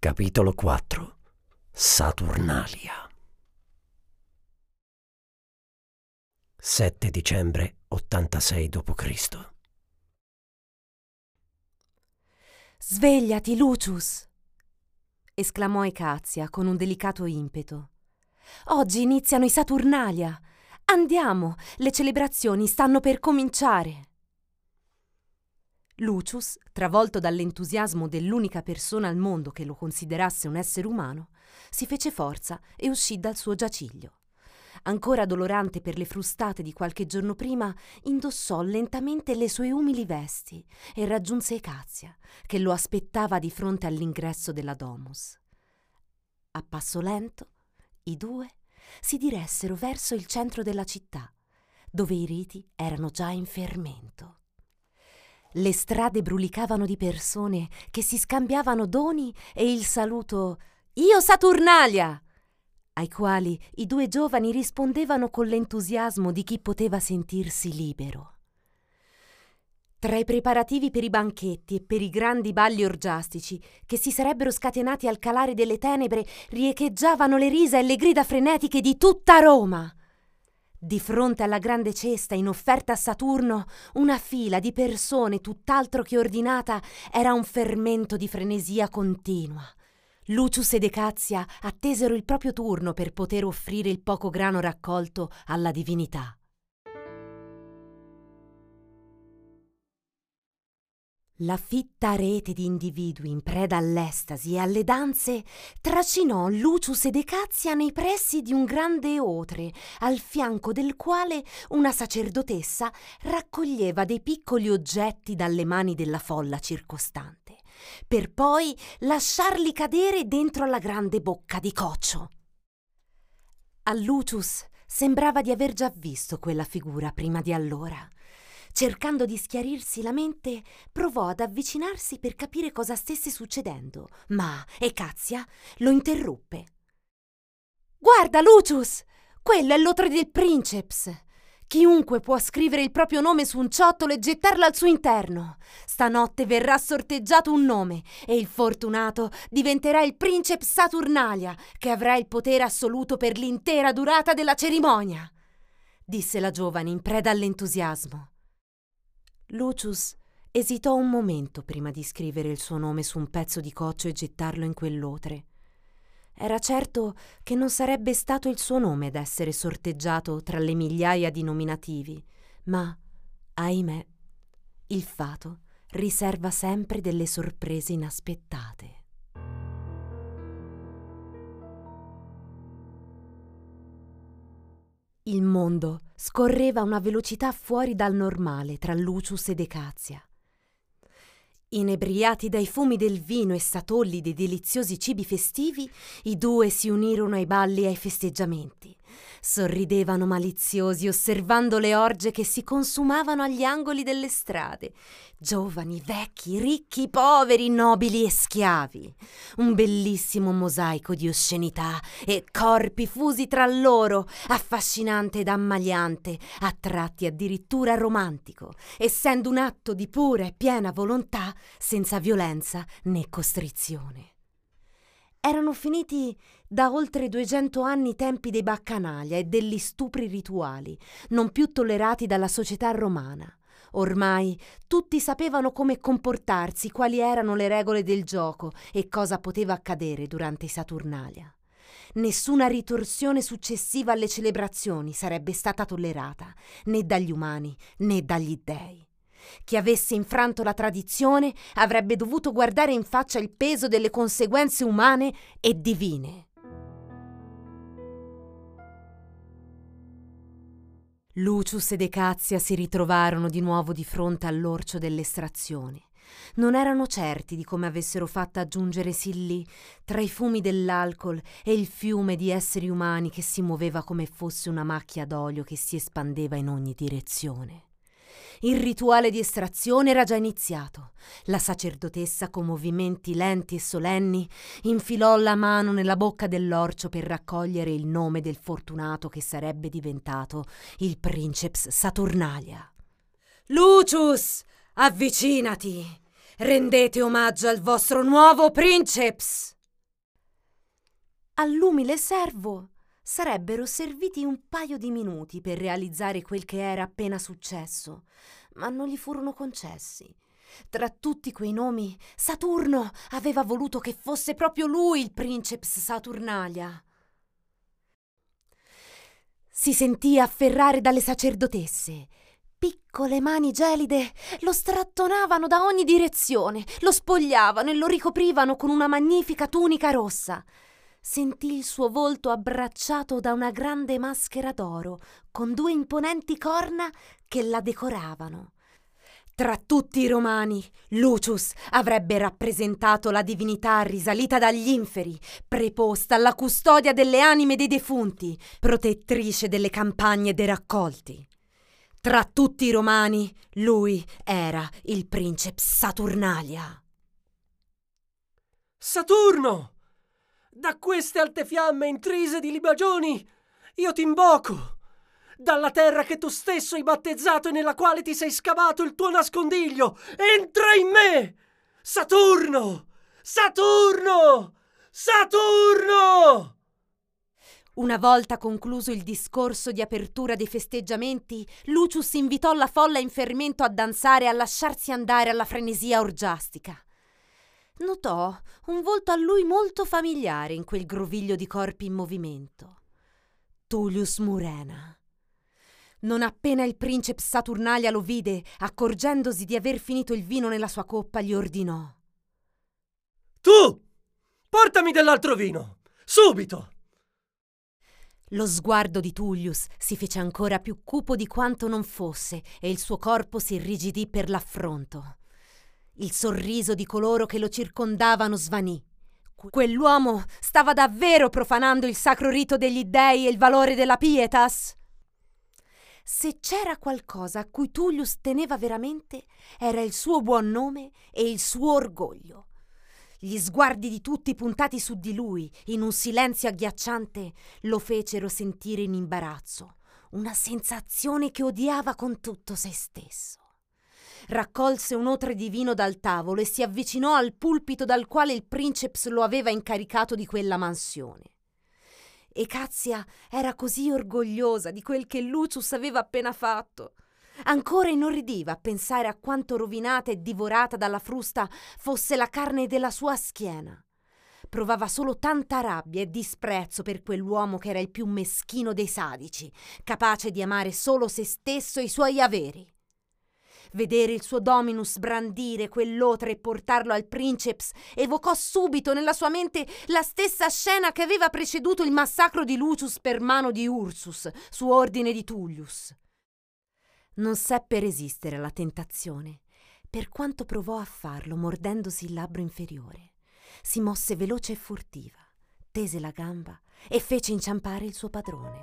Capitolo 4. Saturnalia. 7 dicembre 86 d.C. «Svegliati, Lucius!» esclamò Ecazia con un delicato impeto. «Oggi iniziano i Saturnalia! Andiamo, le celebrazioni stanno per cominciare!» Lucius, travolto dall'entusiasmo dell'unica persona al mondo che lo considerasse un essere umano, si fece forza e uscì dal suo giaciglio. Ancora dolorante per le frustate di qualche giorno prima, indossò lentamente le sue umili vesti e raggiunse Ecazia, che lo aspettava di fronte all'ingresso della domus. A passo lento, i due si diressero verso il centro della città, dove i riti erano già in fermento. Le strade brulicavano di persone che si scambiavano doni e il saluto «Io Saturnalia!», ai quali i due giovani rispondevano con l'entusiasmo di chi poteva sentirsi libero. Tra i preparativi per i banchetti e per i grandi balli orgiastici che si sarebbero scatenati al calare delle tenebre, riecheggiavano le risa e le grida frenetiche di tutta Roma. Di fronte alla grande cesta in offerta a Saturno, una fila di persone tutt'altro che ordinata era un fermento di frenesia continua. Lucius ed Ecazia attesero il proprio turno per poter offrire il poco grano raccolto alla divinità. La fitta rete di individui in preda all'estasi e alle danze trascinò Lucius ed Ecazia nei pressi di un grande otre, al fianco del quale una sacerdotessa raccoglieva dei piccoli oggetti dalle mani della folla circostante, per poi lasciarli cadere dentro alla grande bocca di coccio. A Lucius sembrava di aver già visto quella figura prima di allora. Cercando di schiarirsi la mente, provò ad avvicinarsi per capire cosa stesse succedendo, ma Ecazia lo interruppe. «Guarda, Lucius! Quello è l'otre del Princeps! Chiunque può scrivere il proprio nome su un ciottolo e gettarlo al suo interno. Stanotte verrà sorteggiato un nome e il fortunato diventerà il Princeps Saturnalia, che avrà il potere assoluto per l'intera durata della cerimonia», disse la giovane in preda all'entusiasmo. Lucius esitò un momento prima di scrivere il suo nome su un pezzo di coccio e gettarlo in quell'otre. Era certo che non sarebbe stato il suo nome ad essere sorteggiato tra le migliaia di nominativi, ma, ahimè, il fato riserva sempre delle sorprese inaspettate. Il mondo scorreva a una velocità fuori dal normale tra Lucius ed Ecazia. Inebriati dai fumi del vino e satolli dei deliziosi cibi festivi, i due si unirono ai balli e ai festeggiamenti. Sorridevano maliziosi osservando le orge che si consumavano agli angoli delle strade. Giovani, vecchi, ricchi, poveri, nobili e schiavi. Un bellissimo mosaico di oscenità e corpi fusi tra loro, affascinante ed ammaliante, a tratti addirittura romantico, essendo un atto di pura e piena volontà, senza violenza né costrizione. Erano finiti da oltre 200 anni i tempi dei baccanaglia e degli stupri rituali, non più tollerati dalla società romana. Ormai tutti sapevano come comportarsi, quali erano le regole del gioco e cosa poteva accadere durante i Saturnalia. Nessuna ritorsione successiva alle celebrazioni sarebbe stata tollerata, né dagli umani né dagli dei. Chi avesse infranto la tradizione avrebbe dovuto guardare in faccia il peso delle conseguenze umane e divine. Lucius ed Ecazia si ritrovarono di nuovo di fronte all'orcio dell'estrazione. Non erano certi di come avessero fatto a giungersi lì, tra i fumi dell'alcol e il fiume di esseri umani che si muoveva come fosse una macchia d'olio che si espandeva in ogni direzione. Il rituale di estrazione era già iniziato. La sacerdotessa, con movimenti lenti e solenni, infilò la mano nella bocca dell'orcio per raccogliere il nome del fortunato che sarebbe diventato il Princeps Saturnalia. «Lucius, avvicinati! Rendete omaggio al vostro nuovo Princeps!» All'umile servo sarebbero serviti un paio di minuti per realizzare quel che era appena successo, ma non gli furono concessi. Tra tutti quei nomi, Saturno aveva voluto che fosse proprio lui il princeps Saturnalia. Si sentì afferrare dalle sacerdotesse. Piccole mani gelide lo strattonavano da ogni direzione, lo spogliavano e lo ricoprivano con una magnifica tunica rossa. Sentì il suo volto abbracciato da una grande maschera d'oro con 2 imponenti corna che la decoravano. Tra tutti i romani, Lucius avrebbe rappresentato la divinità risalita dagli inferi, preposta alla custodia delle anime dei defunti, protettrice delle campagne e dei raccolti. Tra tutti i romani, lui era il princeps Saturnalia. Saturno! Da queste alte fiamme intrise di libagioni, io ti invoco! Dalla terra che tu stesso hai battezzato e nella quale ti sei scavato il tuo nascondiglio, entra in me! Saturno! Saturno! Saturno! Una volta concluso il discorso di apertura dei festeggiamenti, Lucius invitò la folla in fermento a danzare e a lasciarsi andare alla frenesia orgiastica. Notò un volto a lui molto familiare in quel groviglio di corpi in movimento. Tullius Murena. Non appena il princeps Saturnalia lo vide, accorgendosi di aver finito il vino nella sua coppa, gli ordinò: Tu! Portami dell'altro vino! Subito! Lo sguardo di Tullius si fece ancora più cupo di quanto non fosse e il suo corpo si irrigidì per l'affronto. Il sorriso di coloro che lo circondavano svanì. Quell'uomo stava davvero profanando il sacro rito degli dei e il valore della pietas? Se c'era qualcosa a cui Tullius teneva veramente, era il suo buon nome e il suo orgoglio. Gli sguardi di tutti puntati su di lui, in un silenzio agghiacciante, lo fecero sentire in imbarazzo, una sensazione che odiava con tutto se stesso. Raccolse un otre di vino dal tavolo e si avvicinò al pulpito dal quale il princeps lo aveva incaricato di quella mansione. E Cazia era così orgogliosa di quel che Lucius aveva appena fatto. Ancora inorridiva a pensare a quanto rovinata e divorata dalla frusta fosse la carne della sua schiena. Provava solo tanta rabbia e disprezzo per quell'uomo che era il più meschino dei sadici, capace di amare solo se stesso e i suoi averi. Vedere il suo dominus brandire quell'otre e portarlo al princeps evocò subito nella sua mente la stessa scena che aveva preceduto il massacro di Lucius per mano di Ursus, su ordine di Tullius. Non seppe resistere alla tentazione, per quanto provò a farlo mordendosi il labbro inferiore. Si mosse veloce e furtiva, tese la gamba e fece inciampare il suo padrone.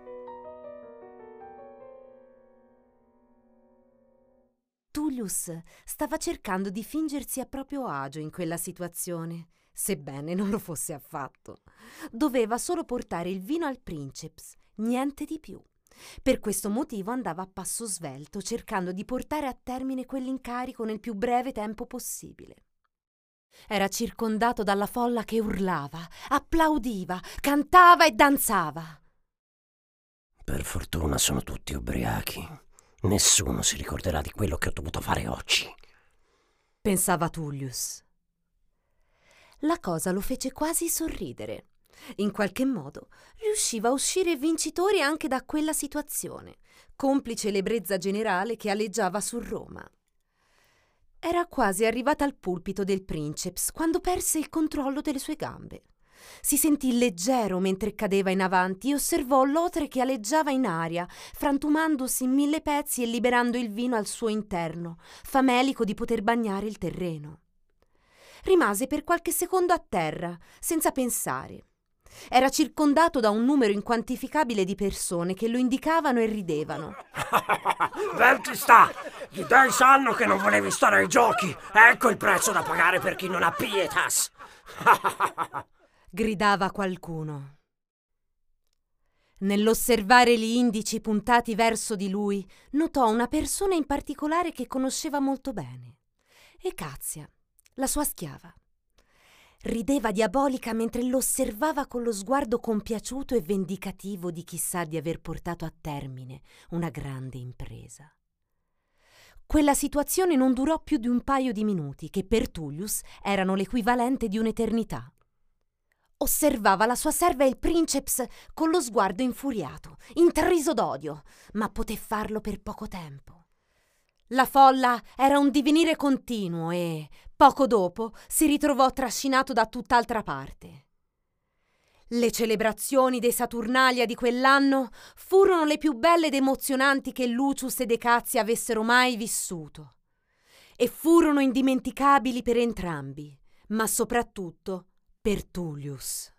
Tullius stava cercando di fingersi a proprio agio in quella situazione, sebbene non lo fosse affatto. Doveva solo portare il vino al princeps, niente di più. Per questo motivo andava a passo svelto, cercando di portare a termine quell'incarico nel più breve tempo possibile. Era circondato dalla folla che urlava, applaudiva, cantava e danzava. Per fortuna sono tutti ubriachi. Nessuno si ricorderà di quello che ho dovuto fare oggi, pensava Tullius. La cosa lo fece quasi sorridere. In qualche modo riusciva a uscire vincitore anche da quella situazione, complice l'ebbrezza generale che aleggiava su Roma. Era quasi arrivata al pulpito del princeps quando perse il controllo delle sue gambe. Si sentì leggero mentre cadeva in avanti e osservò l'otre che aleggiava in aria, frantumandosi in 1000 pezzi e liberando il vino al suo interno, famelico di poter bagnare il terreno. Rimase per qualche secondo a terra, senza pensare. Era circondato da un numero inquantificabile di persone che lo indicavano e ridevano. Ben ti sta! Gli dei sanno che non volevi stare ai giochi! Ecco il prezzo da pagare per chi non ha pietas! Gridava qualcuno. Nell'osservare gli indici puntati verso di lui, notò una persona in particolare che conosceva molto bene. Ecazia, la sua schiava. rideva diabolica mentre l'osservava con lo sguardo compiaciuto e vendicativo di chi sa di aver portato a termine una grande impresa. Quella situazione non durò più di un paio di minuti, che per Tullius erano l'equivalente di un'eternità. Osservava la sua serva e il princeps con lo sguardo infuriato, intriso d'odio, ma poté farlo per poco tempo. La folla era un divenire continuo e, poco dopo, si ritrovò trascinato da tutt'altra parte. Le celebrazioni dei Saturnalia di quell'anno furono le più belle ed emozionanti che Lucius e Decazia avessero mai vissuto, e furono indimenticabili per entrambi, ma soprattutto per Tullius.